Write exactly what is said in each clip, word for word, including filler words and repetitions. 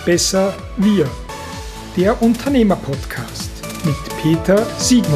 besser, wir. Der Unternehmer-Podcast mit Peter Siegmund.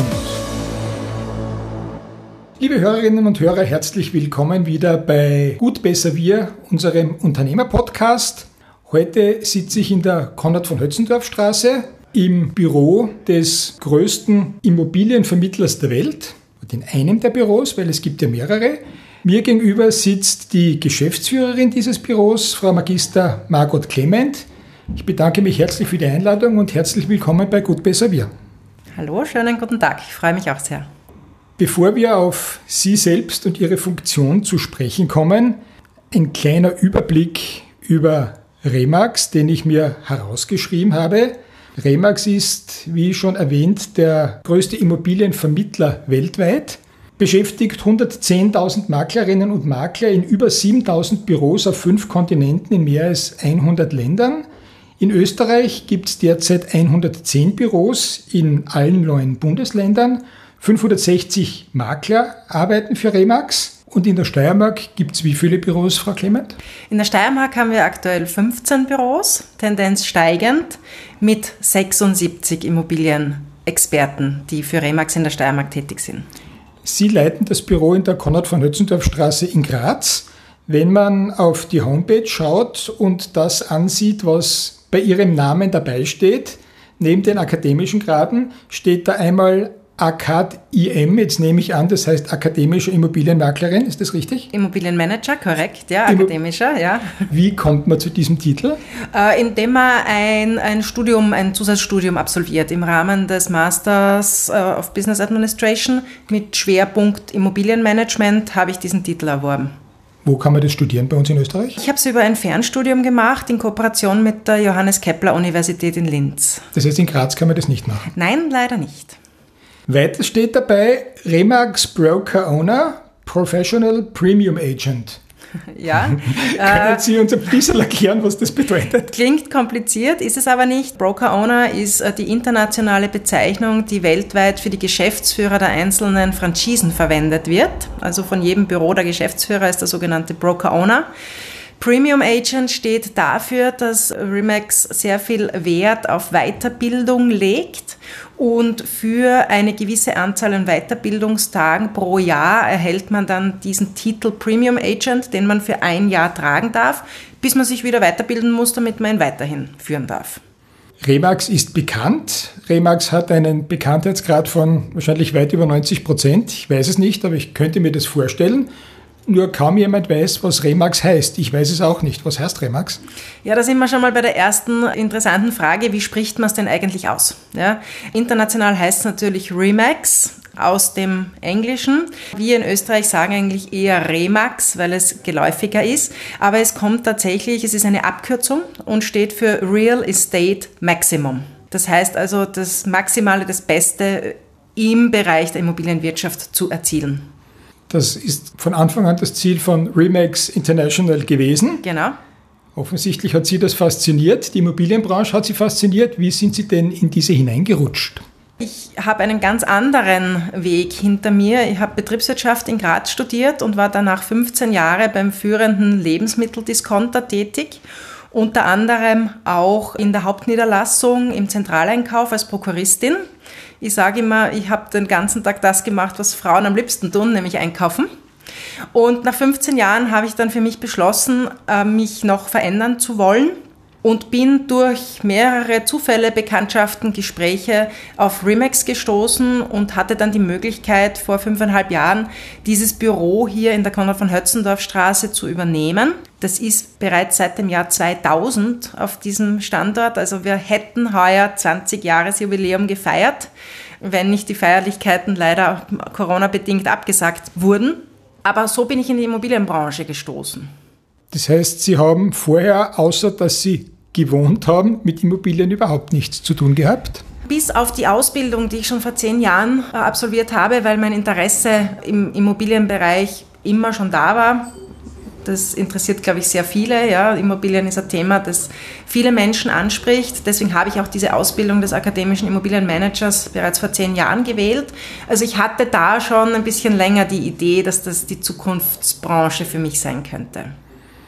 Liebe Hörerinnen und Hörer, herzlich willkommen wieder bei Gut, besser, wir, unserem Unternehmer-Podcast. Heute sitze ich in der Konrad-von-Hötzendorf-Straße im Büro des größten Immobilienvermittlers der Welt, in einem der Büros, weil es gibt ja mehrere. Mir gegenüber sitzt die Geschäftsführerin dieses Büros, Frau Magister Margot Clement. Ich bedanke mich herzlich für die Einladung und herzlich willkommen bei Gut, besser, wir. Hallo, schönen guten Tag. Ich freue mich auch sehr. Bevor wir auf Sie selbst und Ihre Funktion zu sprechen kommen, ein kleiner Überblick über Remax, den ich mir herausgeschrieben habe. Remax ist, wie schon erwähnt, der größte Immobilienvermittler weltweit, beschäftigt hundertzehntausend Maklerinnen und Makler in über siebentausend Büros auf fünf Kontinenten in mehr als hundert Ländern. In Österreich gibt es derzeit hundertzehn Büros in allen neun Bundesländern. fünfhundertsechzig Makler arbeiten für Remax. Und in der Steiermark gibt es wie viele Büros, Frau Clement? In der Steiermark haben wir aktuell fünfzehn Büros, Tendenz steigend, mit sechsundsiebzig Immobilienexperten, die für Remax in der Steiermark tätig sind. Sie leiten das Büro in der Konrad-von-Hötzendorf-Straße in Graz. Wenn man auf die Homepage schaut und das ansieht, was bei Ihrem Namen dabei steht, neben den akademischen Graden, steht da einmal A K A D I M, jetzt nehme ich an, das heißt akademische Immobilienmaklerin, ist das richtig? Immobilienmanager, korrekt, ja, akademischer, ja. Wie kommt man zu diesem Titel? Äh, indem man ein, ein Studium, ein Zusatzstudium absolviert im Rahmen des Masters of Business Administration mit Schwerpunkt Immobilienmanagement habe ich diesen Titel erworben. Wo kann man das studieren bei uns in Österreich? Ich habe es über ein Fernstudium gemacht in Kooperation mit der Johannes Kepler Universität in Linz. Das heißt, in Graz kann man das nicht machen? Nein, leider nicht. Weiter steht dabei Remax Broker Owner, Professional Premium Agent. Ja. Können Sie uns ein bisschen erklären, was das bedeutet? Klingt kompliziert, ist es aber nicht. Broker Owner ist die internationale Bezeichnung, die weltweit für die Geschäftsführer der einzelnen Franchisen verwendet wird. Also von jedem Büro der Geschäftsführer ist der sogenannte Broker Owner. Premium Agent steht dafür, dass Remax sehr viel Wert auf Weiterbildung legt und für eine gewisse Anzahl an Weiterbildungstagen pro Jahr erhält man dann diesen Titel Premium Agent, den man für ein Jahr tragen darf, bis man sich wieder weiterbilden muss, damit man ihn weiterhin führen darf. Remax ist bekannt. Remax hat einen Bekanntheitsgrad von wahrscheinlich weit über neunzig Prozent. Ich weiß es nicht, aber ich könnte mir das vorstellen. Nur kaum jemand weiß, was Remax heißt. Ich weiß es auch nicht. Was heißt Remax? Ja, da sind wir schon mal bei der ersten interessanten Frage. Wie spricht man es denn eigentlich aus? Ja, international heißt es natürlich Remax aus dem Englischen. Wir in Österreich sagen eigentlich eher Remax, weil es geläufiger ist. Aber es kommt tatsächlich, es ist eine Abkürzung und steht für Real Estate Maximum. Das heißt also, das Maximale, das Beste im Bereich der Immobilienwirtschaft zu erzielen. Das ist von Anfang an das Ziel von Remax International gewesen. Genau. Offensichtlich hat Sie das fasziniert. Die Immobilienbranche hat Sie fasziniert. Wie sind Sie denn in diese hineingerutscht? Ich habe einen ganz anderen Weg hinter mir. Ich habe Betriebswirtschaft in Graz studiert und war danach fünfzehn Jahre beim führenden Lebensmitteldiscounter tätig. Unter anderem auch in der Hauptniederlassung im Zentraleinkauf als Prokuristin. Ich sage immer, ich habe den ganzen Tag das gemacht, was Frauen am liebsten tun, nämlich einkaufen. Und nach fünfzehn Jahren habe ich dann für mich beschlossen, mich noch verändern zu wollen und bin durch mehrere Zufälle, Bekanntschaften, Gespräche auf Remax gestoßen und hatte dann die Möglichkeit, vor fünfeinhalb Jahren dieses Büro hier in der Konrad-von-Hötzendorf-Straße zu übernehmen. Das ist bereits seit dem Jahr zweitausend auf diesem Standort. Also wir hätten heuer zwanzig-Jahres-Jubiläum gefeiert, wenn nicht die Feierlichkeiten leider Corona-bedingt abgesagt wurden. Aber so bin ich in die Immobilienbranche gestoßen. Das heißt, Sie haben vorher, außer dass Sie gewohnt haben, mit Immobilien überhaupt nichts zu tun gehabt? Bis auf die Ausbildung, die ich schon vor zehn Jahren absolviert habe, weil mein Interesse im Immobilienbereich immer schon da war. Das interessiert, glaube ich, sehr viele. Ja. Immobilien ist ein Thema, das viele Menschen anspricht. Deswegen habe ich auch diese Ausbildung des akademischen Immobilienmanagers bereits vor zehn Jahren gewählt. Also ich hatte da schon ein bisschen länger die Idee, dass das die Zukunftsbranche für mich sein könnte.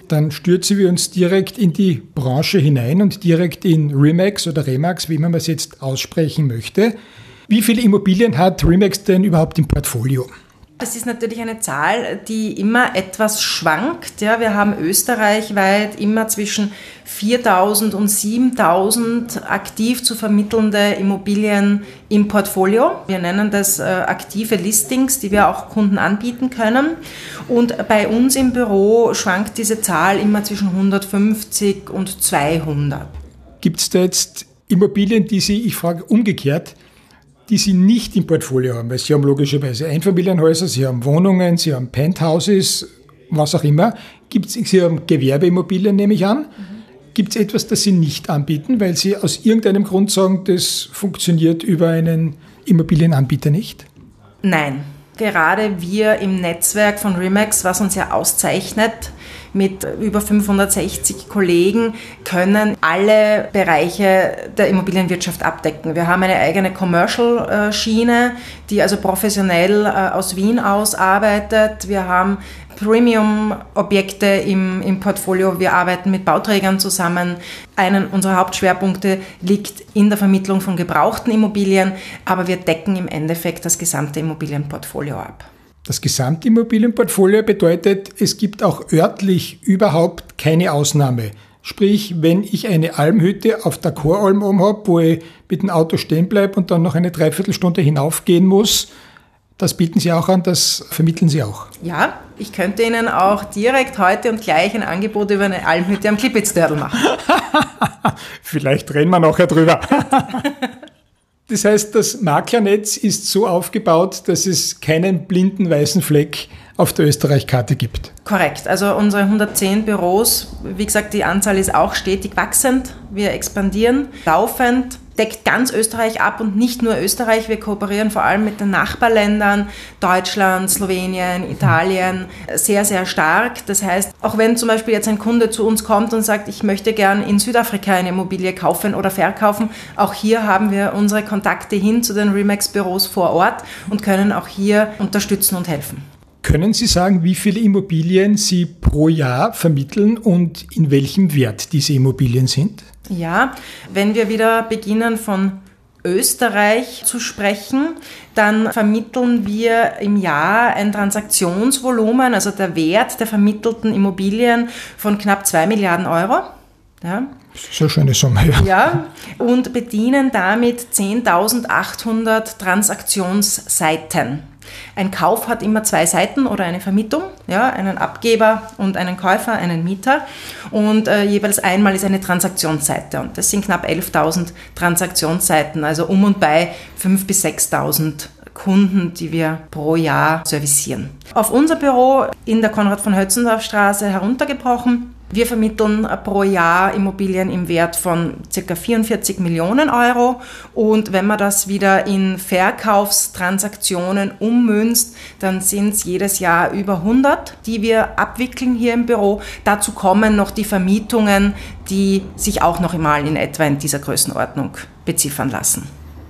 dann stürzen wir uns direkt in die Branche hinein und direkt in Remax oder Remax, wie man es jetzt aussprechen möchte. Wie viele Immobilien hat Remax denn überhaupt im Portfolio? Das ist natürlich eine Zahl, die immer etwas schwankt. Ja, wir haben österreichweit immer zwischen viertausend und siebentausend aktiv zu vermittelnde Immobilien im Portfolio. Wir nennen das äh, aktive Listings, die wir auch Kunden anbieten können. Und bei uns im Büro schwankt diese Zahl immer zwischen hundertfünfzig und zweihundert. Gibt es da jetzt Immobilien, die Sie, ich frage umgekehrt, die Sie nicht im Portfolio haben? Weil Sie haben logischerweise Einfamilienhäuser, Sie haben Wohnungen, Sie haben Penthouses, was auch immer. Gibt's, Sie haben Gewerbeimmobilien, nehme ich an. Mhm. Gibt es etwas, das Sie nicht anbieten, weil Sie aus irgendeinem Grund sagen, das funktioniert über einen Immobilienanbieter nicht? Nein. Gerade wir im Netzwerk von Remax, was uns ja auszeichnet, mit über fünfhundertsechzig Kollegen, können alle Bereiche der Immobilienwirtschaft abdecken. Wir haben eine eigene Commercial-Schiene, die also professionell aus Wien aus arbeitet. Wir haben Premium-Objekte im, im Portfolio. Wir arbeiten mit Bauträgern zusammen. Einer unserer Hauptschwerpunkte liegt in der Vermittlung von gebrauchten Immobilien, aber wir decken im Endeffekt das gesamte Immobilienportfolio ab. Das gesamte Immobilienportfolio bedeutet, es gibt auch örtlich überhaupt keine Ausnahme. Sprich, wenn ich eine Almhütte auf der Choralm oben habe, wo ich mit dem Auto stehen bleibe und dann noch eine Dreiviertelstunde hinaufgehen muss, das bieten Sie auch an, das vermitteln Sie auch. Ja, ich könnte Ihnen auch direkt heute und gleich ein Angebot über eine Almhütte am Klippitz-Dörl machen. Vielleicht reden wir nachher drüber. Das heißt, das Maklernetz ist so aufgebaut, dass es keinen blinden weißen Fleck auf der Österreich-Karte gibt. Korrekt. Also unsere hundertzehn Büros, wie gesagt, die Anzahl ist auch stetig wachsend. Wir expandieren laufend, deckt ganz Österreich ab und nicht nur Österreich. Wir kooperieren vor allem mit den Nachbarländern, Deutschland, Slowenien, Italien, sehr, sehr stark. Das heißt, auch wenn zum Beispiel jetzt ein Kunde zu uns kommt und sagt, ich möchte gern in Südafrika eine Immobilie kaufen oder verkaufen, auch hier haben wir unsere Kontakte hin zu den Remax-Büros vor Ort und können auch hier unterstützen und helfen. Können Sie sagen, wie viele Immobilien Sie pro Jahr vermitteln und in welchem Wert diese Immobilien sind? Ja, wenn wir wieder beginnen von Österreich zu sprechen, dann vermitteln wir im Jahr ein Transaktionsvolumen, also der Wert der vermittelten Immobilien von knapp zwei Milliarden Euro. Ja. Das ist eine schöne Summe, ja. Ja, und bedienen damit zehntausendachthundert Transaktionsseiten. Ein Kauf hat immer zwei Seiten oder eine Vermietung, ja, einen Abgeber und einen Käufer, einen Mieter, und äh, jeweils einmal ist eine Transaktionsseite, und das sind knapp elftausend Transaktionsseiten, also um und bei fünftausend bis sechstausend Kunden, die wir pro Jahr servicieren. Auf unser Büro in der Konrad-von-Hötzendorf-Straße heruntergebrochen. Wir vermitteln pro Jahr Immobilien im Wert von ca. vierundvierzig Millionen Euro, und wenn man das wieder in Verkaufstransaktionen ummünzt, dann sind es jedes Jahr über hundert, die wir abwickeln hier im Büro. Dazu kommen noch die Vermietungen, die sich auch noch einmal in etwa in dieser Größenordnung beziffern lassen.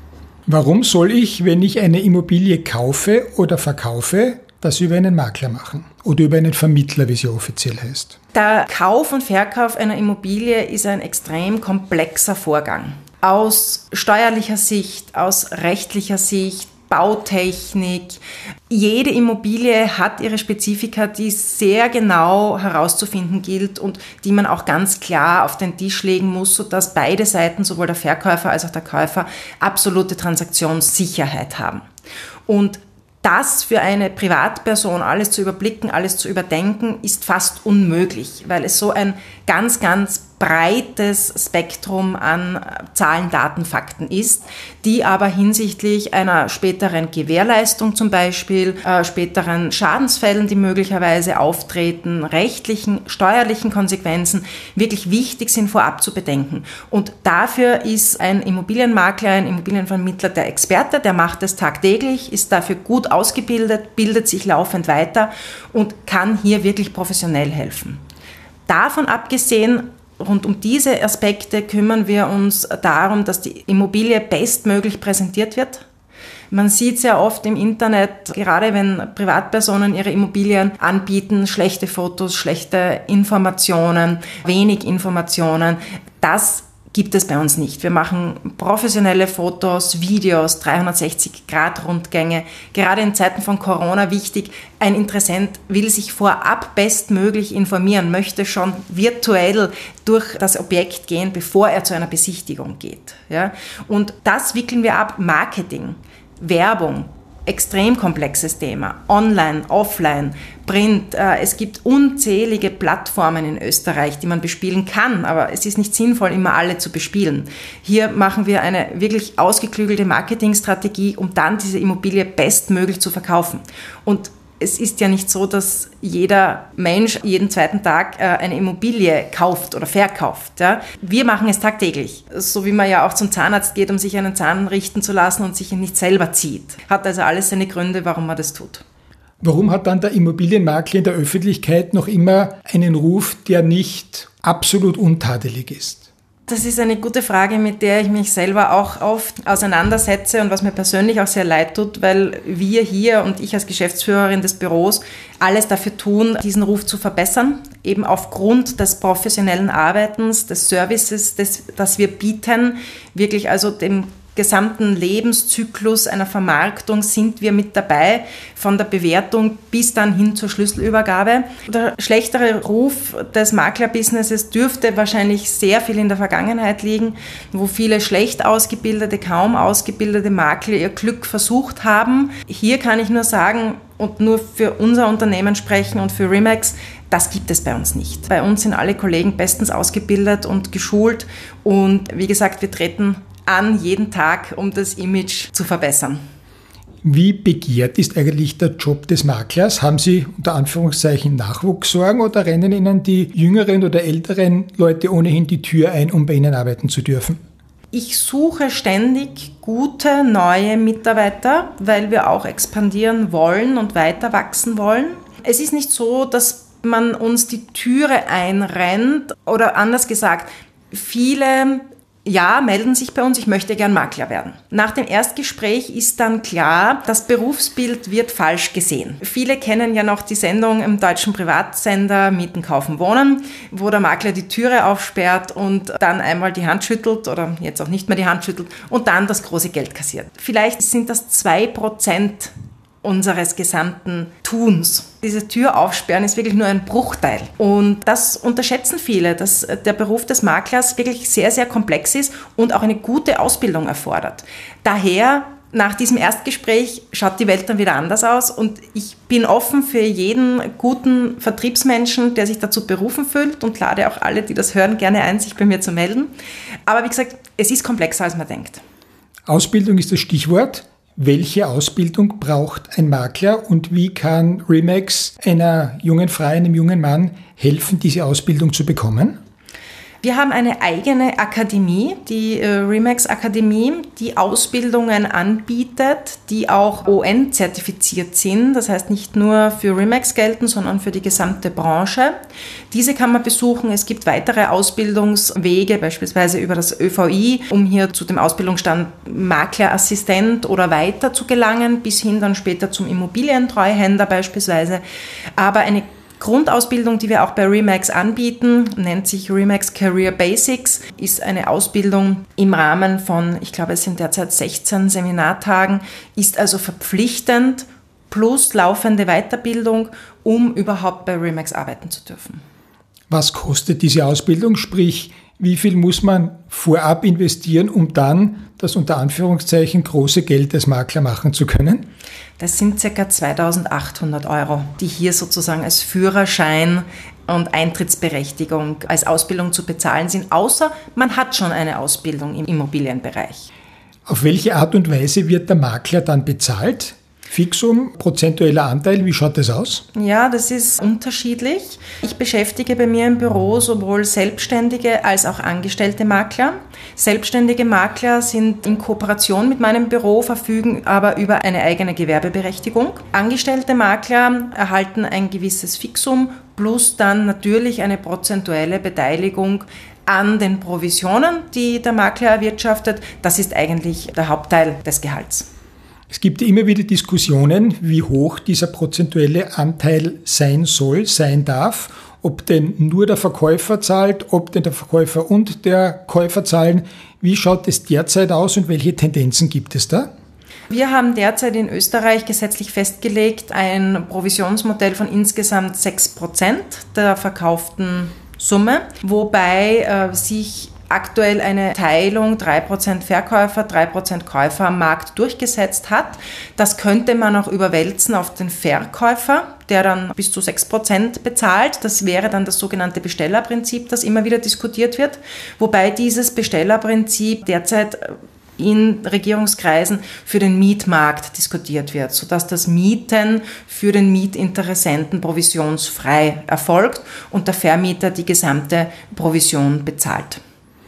Warum soll ich, wenn ich eine Immobilie kaufe oder verkaufe, das über einen Makler machen oder über einen Vermittler, wie sie offiziell heißt? Der Kauf und Verkauf einer Immobilie ist ein extrem komplexer Vorgang. Aus steuerlicher Sicht, aus rechtlicher Sicht, Bautechnik. Jede Immobilie hat ihre Spezifika, die sehr genau herauszufinden gilt und die man auch ganz klar auf den Tisch legen muss, sodass beide Seiten, sowohl der Verkäufer als auch der Käufer, absolute Transaktionssicherheit haben. Und das für eine Privatperson alles zu überblicken, alles zu überdenken, ist fast unmöglich, weil es so ein ganz, ganz breites Spektrum an Zahlen, Daten, Fakten ist, die aber hinsichtlich einer späteren Gewährleistung zum Beispiel, äh, späteren Schadensfällen, die möglicherweise auftreten, rechtlichen, steuerlichen Konsequenzen wirklich wichtig sind, vorab zu bedenken. Und dafür ist ein Immobilienmakler, ein Immobilienvermittler der Experte, der macht es tagtäglich, ist dafür gut ausgebildet, bildet sich laufend weiter und kann hier wirklich professionell helfen. Davon abgesehen, rund um diese Aspekte kümmern wir uns darum, dass die Immobilie bestmöglich präsentiert wird, Man sieht sehr oft im Internet, gerade wenn Privatpersonen ihre Immobilien anbieten, schlechte Fotos, schlechte Informationen, wenig Informationen. Das gibt es bei uns nicht. Wir machen professionelle Fotos, Videos, dreihundertsechzig Grad Rundgänge. Gerade in Zeiten von Corona wichtig, ein Interessent will sich vorab bestmöglich informieren, möchte schon virtuell durch das Objekt gehen, bevor er zu einer Besichtigung geht. Ja? Und das wickeln wir ab. Marketing, Werbung, extrem komplexes Thema. Online, offline, Print. Es gibt unzählige Plattformen in Österreich, die man bespielen kann, aber es ist nicht sinnvoll, immer alle zu bespielen. Hier machen wir eine wirklich ausgeklügelte Marketingstrategie, um dann diese Immobilie bestmöglich zu verkaufen. Und es ist ja nicht so, dass jeder Mensch jeden zweiten Tag eine Immobilie kauft oder verkauft. Ja? Wir machen es tagtäglich. So wie man ja auch zum Zahnarzt geht, um sich einen Zahn richten zu lassen und sich ihn nicht selber zieht. Hat also alles seine Gründe, warum man das tut. Warum hat dann der Immobilienmakler in der Öffentlichkeit noch immer einen Ruf, der nicht absolut untadelig ist? Das ist eine gute Frage, mit der ich mich selber auch oft auseinandersetze und was mir persönlich auch sehr leid tut, weil wir hier und ich als Geschäftsführerin des Büros alles dafür tun, diesen Ruf zu verbessern, eben aufgrund des professionellen Arbeitens, des Services, des, das wir bieten, wirklich also dem gesamten Lebenszyklus einer Vermarktung sind wir mit dabei, von der Bewertung bis dann hin zur Schlüsselübergabe. Der schlechtere Ruf des Maklerbusinesses dürfte wahrscheinlich sehr viel in der Vergangenheit liegen, wo viele schlecht ausgebildete, kaum ausgebildete Makler ihr Glück versucht haben. Hier kann ich nur sagen und nur für unser Unternehmen sprechen und für RE/MAX, das gibt es bei uns nicht. Bei uns sind alle Kollegen bestens ausgebildet und geschult und wie gesagt, wir treten an jeden Tag, um das Image zu verbessern. Wie begehrt ist eigentlich der Job des Maklers? Haben Sie unter Anführungszeichen Nachwuchssorgen oder rennen Ihnen die jüngeren oder älteren Leute ohnehin die Tür ein, um bei Ihnen arbeiten zu dürfen? Ich suche ständig gute, neue Mitarbeiter, weil wir auch expandieren wollen und weiter wachsen wollen. Es ist nicht so, dass man uns die Türe einrennt oder anders gesagt, viele ja, melden sich bei uns, ich möchte gern Makler werden. Nach dem Erstgespräch ist dann klar, das Berufsbild wird falsch gesehen. Viele kennen ja noch die Sendung im deutschen Privatsender Mieten, Kaufen, Wohnen, wo der Makler die Türe aufsperrt und dann einmal die Hand schüttelt oder jetzt auch nicht mehr die Hand schüttelt und dann das große Geld kassiert. Vielleicht sind das zwei Prozent unseres gesamten Tuns. Diese Tür aufsperren ist wirklich nur ein Bruchteil. Und das unterschätzen viele, dass der Beruf des Maklers wirklich sehr, sehr komplex ist und auch eine gute Ausbildung erfordert. Daher, nach diesem Erstgespräch, schaut die Welt dann wieder anders aus und ich bin offen für jeden guten Vertriebsmenschen, der sich dazu berufen fühlt und lade auch alle, die das hören, gerne ein, sich bei mir zu melden. Aber wie gesagt, es ist komplexer, als man denkt. Ausbildung ist das Stichwort. Welche Ausbildung braucht ein Makler und wie kann RE/MAX einer jungen Frau, einem jungen Mann helfen, diese Ausbildung zu bekommen? Wir haben eine eigene Akademie, die RE/MAX Akademie, die Ausbildungen anbietet, die auch O N-zertifiziert sind. Das heißt nicht nur für RE/MAX gelten, sondern für die gesamte Branche. Diese kann man besuchen. Es gibt weitere Ausbildungswege, beispielsweise über das Ö V I, um hier zu dem Ausbildungsstand Maklerassistent oder weiter zu gelangen, bis hin dann später zum Immobilientreuhänder beispielsweise. Aber eine Grundausbildung, die wir auch bei RE/MAX anbieten, nennt sich RE/MAX Career Basics, ist eine Ausbildung im Rahmen von, ich glaube, es sind derzeit sechzehn Seminartagen, ist also verpflichtend plus laufende Weiterbildung, um überhaupt bei RE/MAX arbeiten zu dürfen. Was kostet diese Ausbildung? Sprich, wie viel muss man vorab investieren, um dann das unter Anführungszeichen große Geld als Makler machen zu können? Das sind ca. zweitausendachthundert Euro, die hier sozusagen als Führerschein und Eintrittsberechtigung als Ausbildung zu bezahlen sind, außer man hat schon eine Ausbildung im Immobilienbereich. Auf welche Art und Weise wird der Makler dann bezahlt? Fixum, prozentueller Anteil, wie schaut das aus? Ja, das ist unterschiedlich. Ich beschäftige bei mir im Büro sowohl selbstständige als auch angestellte Makler. Selbstständige Makler sind in Kooperation mit meinem Büro, verfügen aber über eine eigene Gewerbeberechtigung. Angestellte Makler erhalten ein gewisses Fixum plus dann natürlich eine prozentuelle Beteiligung an den Provisionen, die der Makler erwirtschaftet. Das ist eigentlich der Hauptteil des Gehalts. Es gibt immer wieder Diskussionen, wie hoch dieser prozentuelle Anteil sein soll, sein darf, ob denn nur der Verkäufer zahlt, ob denn der Verkäufer und der Käufer zahlen. Wie schaut es derzeit aus und welche Tendenzen gibt es da? Wir haben derzeit in Österreich gesetzlich festgelegt ein Provisionsmodell von insgesamt sechs Prozent der verkauften Summe, wobei äh, sich aktuell eine Teilung drei Prozent Verkäufer, drei Prozent Käufer am Markt durchgesetzt hat. Das könnte man auch überwälzen auf den Verkäufer, der dann bis zu sechs Prozent bezahlt. Das wäre dann das sogenannte Bestellerprinzip, das immer wieder diskutiert wird. Wobei dieses Bestellerprinzip derzeit in Regierungskreisen für den Mietmarkt diskutiert wird, sodass das Mieten für den Mietinteressenten provisionsfrei erfolgt und der Vermieter die gesamte Provision bezahlt.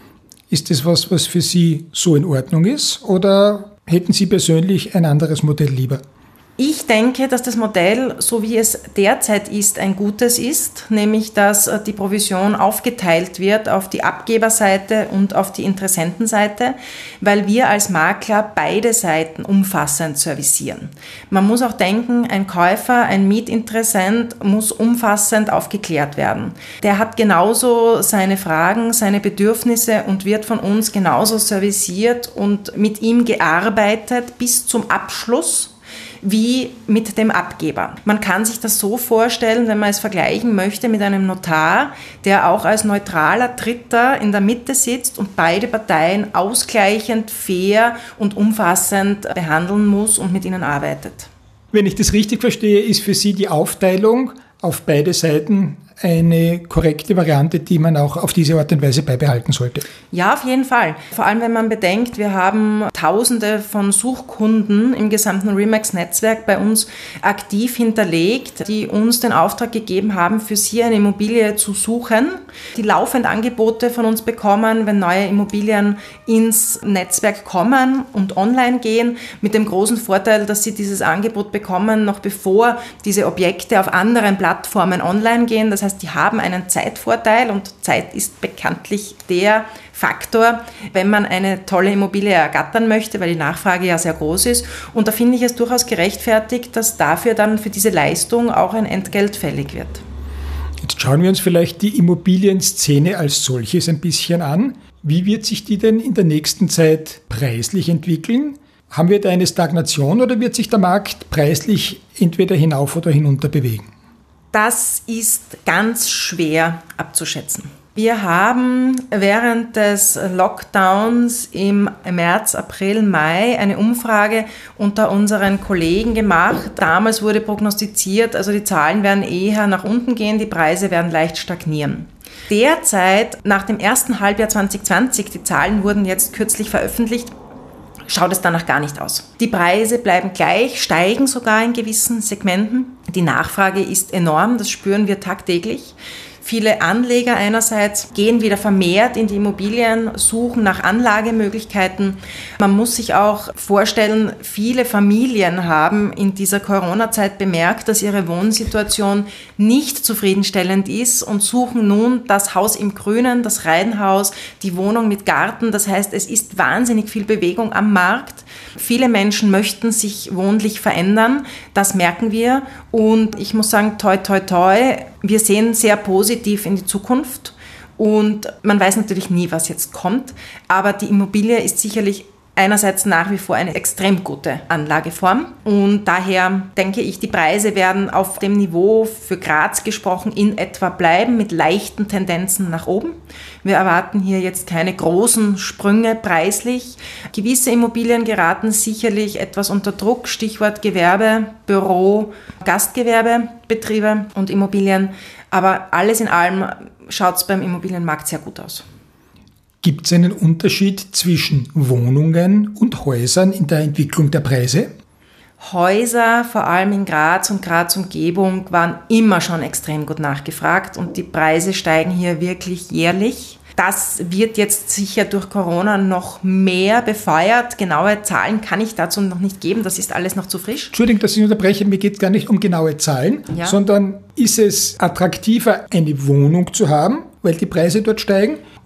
Ist das was, was für Sie so in Ordnung ist, oder hätten Sie persönlich ein anderes Modell lieber? Ich denke, dass das Modell, so wie es derzeit ist, ein gutes ist, nämlich dass die Provision aufgeteilt wird auf die Abgeberseite und auf die Interessentenseite, weil wir als Makler beide Seiten umfassend servicieren. Man muss auch denken, ein Käufer, ein Mietinteressent muss umfassend aufgeklärt werden. Der hat genauso seine Fragen, seine Bedürfnisse und wird von uns genauso serviciert und mit ihm gearbeitet bis zum Abschluss wie mit dem Abgeber. Man kann sich das so vorstellen, wenn man es vergleichen möchte mit einem Notar, der auch als neutraler Dritter in der Mitte sitzt und beide Parteien ausgleichend, fair und umfassend behandeln muss und mit ihnen arbeitet. Wenn ich das richtig verstehe, ist für Sie die Aufteilung auf beide Seiten eine korrekte Variante, die man auch auf diese Art und Weise beibehalten sollte? Ja, auf jeden Fall. Vor allem, wenn man bedenkt, wir haben Tausende von Suchkunden im gesamten Remax-Netzwerk bei uns aktiv hinterlegt, die uns den Auftrag gegeben haben, für sie eine Immobilie zu suchen, die laufend Angebote von uns bekommen, wenn neue Immobilien ins Netzwerk kommen und online gehen, mit dem großen Vorteil, dass sie dieses Angebot bekommen, noch bevor diese Objekte auf anderen Plattformen online gehen. Das heißt, die haben einen Zeitvorteil und Zeit ist bekanntlich der Faktor, wenn man eine tolle Immobilie ergattern möchte, weil die Nachfrage ja sehr groß ist. Und da finde ich es durchaus gerechtfertigt, dass dafür dann für diese Leistung auch ein Entgelt fällig wird. Jetzt schauen wir uns vielleicht die Immobilienszene als solches ein bisschen an. Wie wird sich die denn in der nächsten Zeit preislich entwickeln? Haben wir da eine Stagnation oder wird sich der Markt preislich entweder hinauf oder hinunter bewegen? Das ist ganz schwer abzuschätzen. Wir haben während des Lockdowns im März, April, Mai eine Umfrage unter unseren Kollegen gemacht. Damals wurde prognostiziert, also die Zahlen werden eher nach unten gehen, die Preise werden leicht stagnieren. Derzeit, nach dem ersten Halbjahr zwanzig zwanzig, die Zahlen wurden jetzt kürzlich veröffentlicht, schaut es danach gar nicht aus. Die Preise bleiben gleich, steigen sogar in gewissen Segmenten. Die Nachfrage ist enorm, das spüren wir tagtäglich. Viele Anleger einerseits gehen wieder vermehrt in die Immobilien, suchen nach Anlagemöglichkeiten. Man muss sich auch vorstellen, viele Familien haben in dieser Corona-Zeit bemerkt, dass ihre Wohnsituation nicht zufriedenstellend ist und suchen nun das Haus im Grünen, das Reihenhaus, die Wohnung mit Garten. Das heißt, es ist wahnsinnig viel Bewegung am Markt. Viele Menschen möchten sich wohnlich verändern, das merken wir. Und ich muss sagen, toi, toi, toi, wir sehen sehr positiv in die Zukunft und man weiß natürlich nie, was jetzt kommt, aber die Immobilie ist sicherlich einerseits nach wie vor eine extrem gute Anlageform und daher denke ich, die Preise werden auf dem Niveau für Graz gesprochen in etwa bleiben mit leichten Tendenzen nach oben. Wir erwarten hier jetzt keine großen Sprünge preislich. Gewisse Immobilien geraten sicherlich etwas unter Druck, Stichwort Gewerbe, Büro, Gastgewerbebetriebe und Immobilien, aber alles in allem schaut es beim Immobilienmarkt sehr gut aus. Gibt es einen Unterschied zwischen Wohnungen und Häusern in der Entwicklung der Preise? Häuser, vor allem in Graz und Graz Umgebung, waren immer schon extrem gut nachgefragt und die Preise steigen hier wirklich jährlich. Das wird jetzt sicher durch Corona noch mehr befeuert. Genaue Zahlen kann ich dazu noch nicht geben, das ist alles noch zu frisch. Entschuldigung, dass ich unterbreche, mir geht es gar nicht um genaue Zahlen, ja. sondern ist es attraktiver, eine Wohnung zu haben, weil die Preise dort steigen,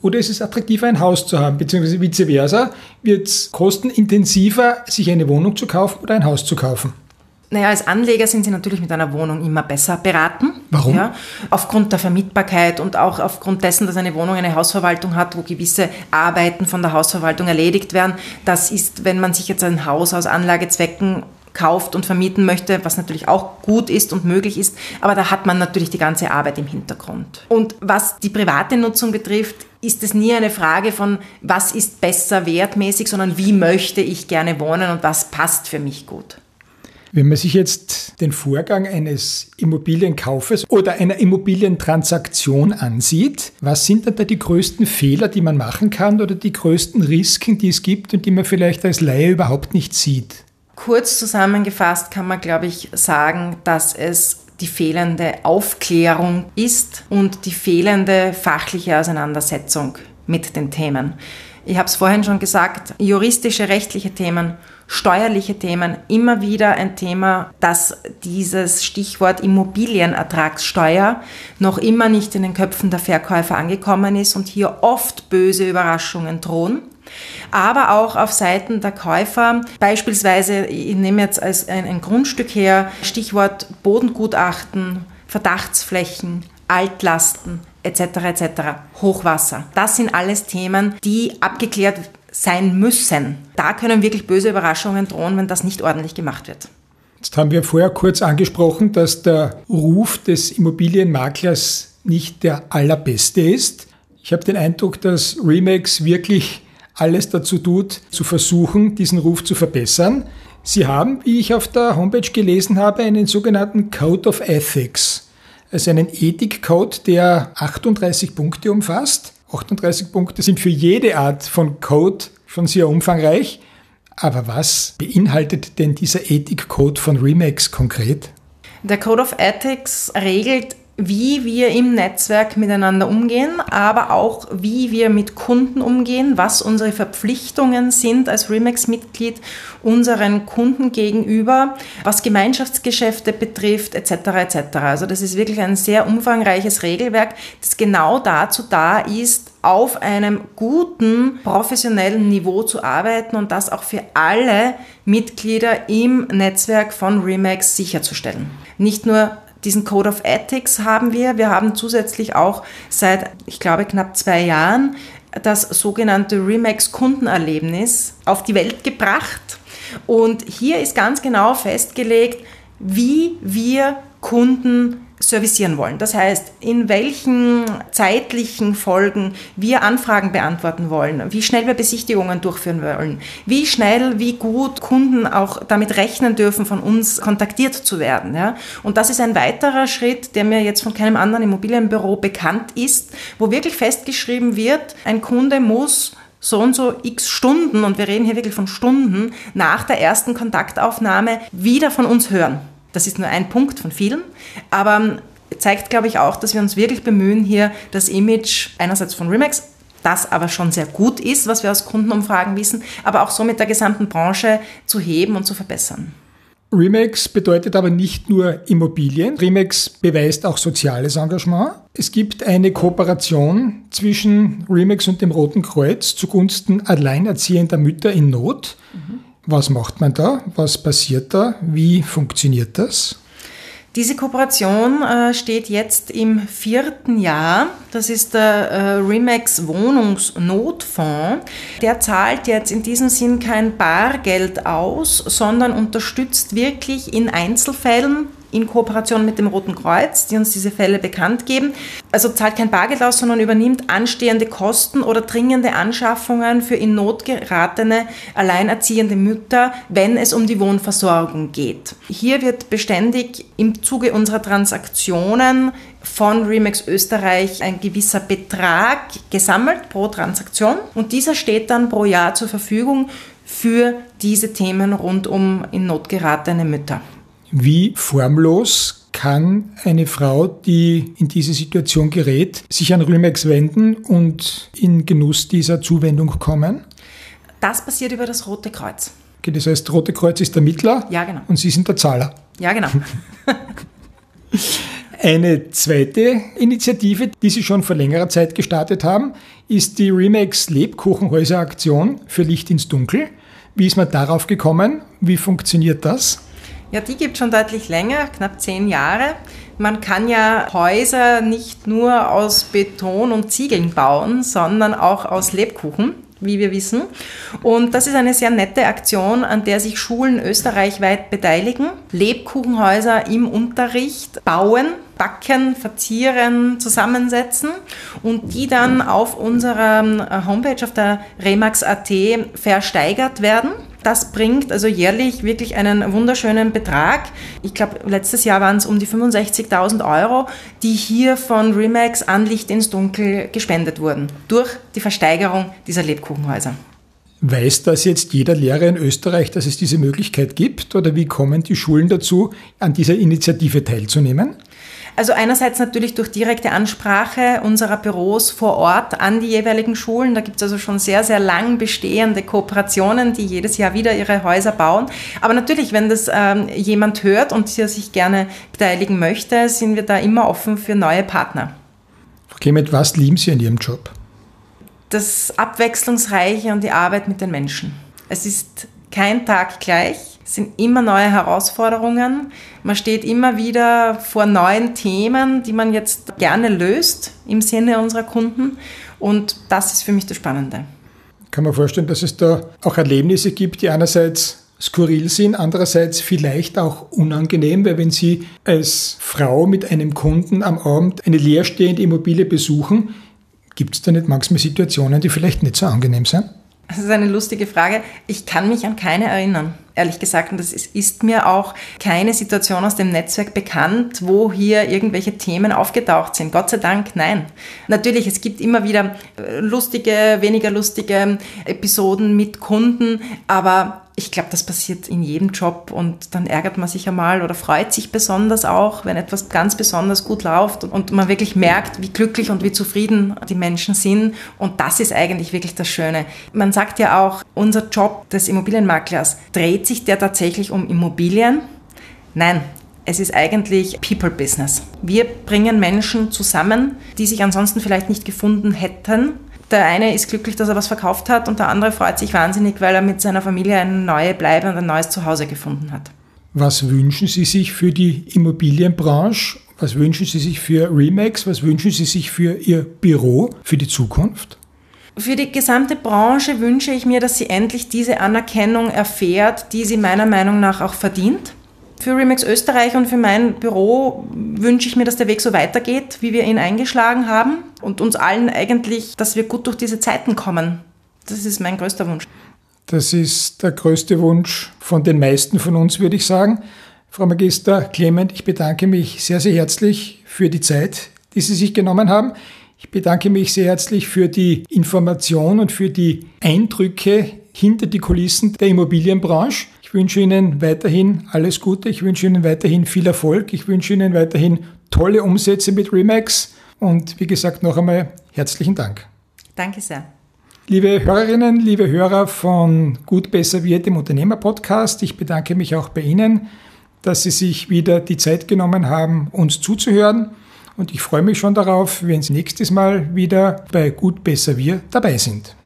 oder ist es attraktiver, ein Haus zu haben, beziehungsweise vice versa? Wird es kostenintensiver, sich eine Wohnung zu kaufen oder ein Haus zu kaufen? Naja, als Anleger sind Sie natürlich mit einer Wohnung immer besser beraten. Warum? Ja, aufgrund der Vermietbarkeit und auch aufgrund dessen, dass eine Wohnung eine Hausverwaltung hat, wo gewisse Arbeiten von der Hausverwaltung erledigt werden. Das ist, wenn man sich jetzt ein Haus aus Anlagezwecken kauft und vermieten möchte, was natürlich auch gut ist und möglich ist, aber da hat man natürlich die ganze Arbeit im Hintergrund. Und was die private Nutzung betrifft, ist es nie eine Frage von, was ist besser wertmäßig, sondern wie möchte ich gerne wohnen und was passt für mich gut. Wenn man sich jetzt den Vorgang eines Immobilienkaufes oder einer Immobilientransaktion ansieht, was sind denn da die größten Fehler, die man machen kann oder die größten Risiken, die es gibt und die man vielleicht als Laie überhaupt nicht sieht? Kurz zusammengefasst kann man, glaube ich, sagen, dass es die fehlende Aufklärung ist und die fehlende fachliche Auseinandersetzung mit den Themen. Ich habe es vorhin schon gesagt, juristische, rechtliche Themen, steuerliche Themen, immer wieder ein Thema, dass dieses Stichwort Immobilienertragssteuer noch immer nicht in den Köpfen der Verkäufer angekommen ist und hier oft böse Überraschungen drohen. Aber auch auf Seiten der Käufer, beispielsweise, ich nehme jetzt als ein, ein Grundstück her, Stichwort Bodengutachten, Verdachtsflächen, Altlasten et cetera et cetera, Hochwasser. Das sind alles Themen, die abgeklärt sein müssen. Da können wirklich böse Überraschungen drohen, wenn das nicht ordentlich gemacht wird. Jetzt haben wir vorher kurz angesprochen, dass der Ruf des Immobilienmaklers nicht der allerbeste ist. Ich habe den Eindruck, dass Remax wirklich alles dazu tut, zu versuchen, diesen Ruf zu verbessern. Sie haben, wie ich auf der Homepage gelesen habe, einen sogenannten Code of Ethics, also einen Ethikcode, der achtunddreißig Punkte umfasst. achtunddreißig Punkte sind für jede Art von Code schon sehr umfangreich. Aber was beinhaltet denn dieser Ethikcode von Remax konkret? Der Code of Ethics regelt, wie wir im Netzwerk miteinander umgehen, aber auch wie wir mit Kunden umgehen, was unsere Verpflichtungen sind als Remax-Mitglied unseren Kunden gegenüber, was Gemeinschaftsgeschäfte betrifft, et cetera et cetera. Also das ist wirklich ein sehr umfangreiches Regelwerk, das genau dazu da ist, auf einem guten professionellen Niveau zu arbeiten und das auch für alle Mitglieder im Netzwerk von Remax sicherzustellen. Nicht nur diesen Code of Ethics haben wir. Wir haben zusätzlich auch seit, ich glaube, knapp zwei Jahren das sogenannte Remax Kundenerlebnis auf die Welt gebracht. Und hier ist ganz genau festgelegt, wie wir Kunden servicieren wollen. Das heißt, in welchen zeitlichen Folgen wir Anfragen beantworten wollen, wie schnell wir Besichtigungen durchführen wollen, wie schnell, wie gut Kunden auch damit rechnen dürfen, von uns kontaktiert zu werden. Ja? Und das ist ein weiterer Schritt, der mir jetzt von keinem anderen Immobilienbüro bekannt ist, wo wirklich festgeschrieben wird, ein Kunde muss so und so x Stunden, und wir reden hier wirklich von Stunden, nach der ersten Kontaktaufnahme wieder von uns hören. Das ist nur ein Punkt von vielen, aber zeigt, glaube ich, auch, dass wir uns wirklich bemühen, hier das Image einerseits von Remax, das aber schon sehr gut ist, was wir aus Kundenumfragen wissen, aber auch so mit der gesamten Branche zu heben und zu verbessern. Remax bedeutet aber nicht nur Immobilien. Remax beweist auch soziales Engagement. Es gibt eine Kooperation zwischen Remax und dem Roten Kreuz zugunsten alleinerziehender Mütter in Not. Mhm. Was macht man da? Was passiert da? Wie funktioniert das? Diese Kooperation äh, steht jetzt im vierten Jahr. Das ist der äh, Remax Wohnungsnotfonds. Der zahlt jetzt in diesem Sinn kein Bargeld aus, sondern unterstützt wirklich in Einzelfällen in Kooperation mit dem Roten Kreuz, die uns diese Fälle bekannt geben. Also zahlt kein Bargeld aus, sondern übernimmt anstehende Kosten oder dringende Anschaffungen für in Not geratene alleinerziehende Mütter, wenn es um die Wohnversorgung geht. Hier wird beständig im Zuge unserer Transaktionen von Remax Österreich ein gewisser Betrag gesammelt pro Transaktion und dieser steht dann pro Jahr zur Verfügung für diese Themen rund um in Not geratene Mütter. Wie formlos kann eine Frau, die in diese Situation gerät, sich an Remax wenden und in Genuss dieser Zuwendung kommen? Das passiert über das Rote Kreuz. Okay, das heißt, Rote Kreuz ist der Mittler, ja, genau. Und Sie sind der Zahler. Ja, genau. Eine zweite Initiative, die Sie schon vor längerer Zeit gestartet haben, ist die Remax Lebkuchenhäuser-Aktion für Licht ins Dunkel. Wie ist man darauf gekommen? Wie funktioniert das? Ja, die gibt es schon deutlich länger, knapp zehn Jahre. Man kann ja Häuser nicht nur aus Beton und Ziegeln bauen, sondern auch aus Lebkuchen, wie wir wissen. Und das ist eine sehr nette Aktion, an der sich Schulen österreichweit beteiligen. Lebkuchenhäuser im Unterricht bauen, backen, verzieren, zusammensetzen und die dann auf unserer Homepage, auf der remax punkt at versteigert werden. Das bringt also jährlich wirklich einen wunderschönen Betrag. Ich glaube, letztes Jahr waren es um die fünfundsechzigtausend Euro, die hier von Remax an Licht ins Dunkel gespendet wurden, durch die Versteigerung dieser Lebkuchenhäuser. Weiß das jetzt jeder Lehrer in Österreich, dass es diese Möglichkeit gibt? Oder wie kommen die Schulen dazu, an dieser Initiative teilzunehmen? Also einerseits natürlich durch direkte Ansprache unserer Büros vor Ort an die jeweiligen Schulen. Da gibt es also schon sehr, sehr lang bestehende Kooperationen, die jedes Jahr wieder ihre Häuser bauen. Aber natürlich, wenn das ähm, jemand hört und sich gerne beteiligen möchte, sind wir da immer offen für neue Partner. Frau Clement, was lieben Sie an Ihrem Job? Das Abwechslungsreiche und die Arbeit mit den Menschen. Es ist kein Tag gleich. Es sind immer neue Herausforderungen. Man steht immer wieder vor neuen Themen, die man jetzt gerne löst im Sinne unserer Kunden. Und das ist für mich das Spannende. Kann man vorstellen, dass es da auch Erlebnisse gibt, die einerseits skurril sind, andererseits vielleicht auch unangenehm, weil wenn Sie als Frau mit einem Kunden am Abend eine leerstehende Immobilie besuchen, gibt es da nicht manchmal Situationen, die vielleicht nicht so angenehm sind? Das ist eine lustige Frage. Ich kann mich an keine erinnern, ehrlich gesagt. Und das ist, ist mir auch keine Situation aus dem Netzwerk bekannt, wo hier irgendwelche Themen aufgetaucht sind. Gott sei Dank, nein. Natürlich, es gibt immer wieder lustige, weniger lustige Episoden mit Kunden, aber ich glaube, das passiert in jedem Job und dann ärgert man sich einmal oder freut sich besonders auch, wenn etwas ganz besonders gut läuft und man wirklich merkt, wie glücklich und wie zufrieden die Menschen sind. Und das ist eigentlich wirklich das Schöne. Man sagt ja auch, unser Job des Immobilienmaklers, dreht sich der tatsächlich um Immobilien? Nein. Es ist eigentlich People Business. Wir bringen Menschen zusammen, die sich ansonsten vielleicht nicht gefunden hätten. Der eine ist glücklich, dass er was verkauft hat und der andere freut sich wahnsinnig, weil er mit seiner Familie eine neue Bleibe und ein neues Zuhause gefunden hat. Was wünschen Sie sich für die Immobilienbranche? Was wünschen Sie sich für Remax? Was wünschen Sie sich für Ihr Büro für die Zukunft? Für die gesamte Branche wünsche ich mir, dass sie endlich diese Anerkennung erfährt, die sie meiner Meinung nach auch verdient. Für Remax Österreich und für mein Büro wünsche ich mir, dass der Weg so weitergeht, wie wir ihn eingeschlagen haben und uns allen eigentlich, dass wir gut durch diese Zeiten kommen. Das ist mein größter Wunsch. Das ist der größte Wunsch von den meisten von uns, würde ich sagen. Frau Magister Clement, ich bedanke mich sehr, sehr herzlich für die Zeit, die Sie sich genommen haben. Ich bedanke mich sehr herzlich für die Information und für die Eindrücke hinter die Kulissen der Immobilienbranche. Ich wünsche Ihnen weiterhin alles Gute, ich wünsche Ihnen weiterhin viel Erfolg, ich wünsche Ihnen weiterhin tolle Umsätze mit Remax und wie gesagt noch einmal herzlichen Dank. Danke sehr. Liebe Hörerinnen, liebe Hörer von Gut, Besser, Wird, dem Unternehmer-Podcast, ich bedanke mich auch bei Ihnen, dass Sie sich wieder die Zeit genommen haben, uns zuzuhören und ich freue mich schon darauf, wenn Sie nächstes Mal wieder bei Gut, Besser, Wir dabei sind.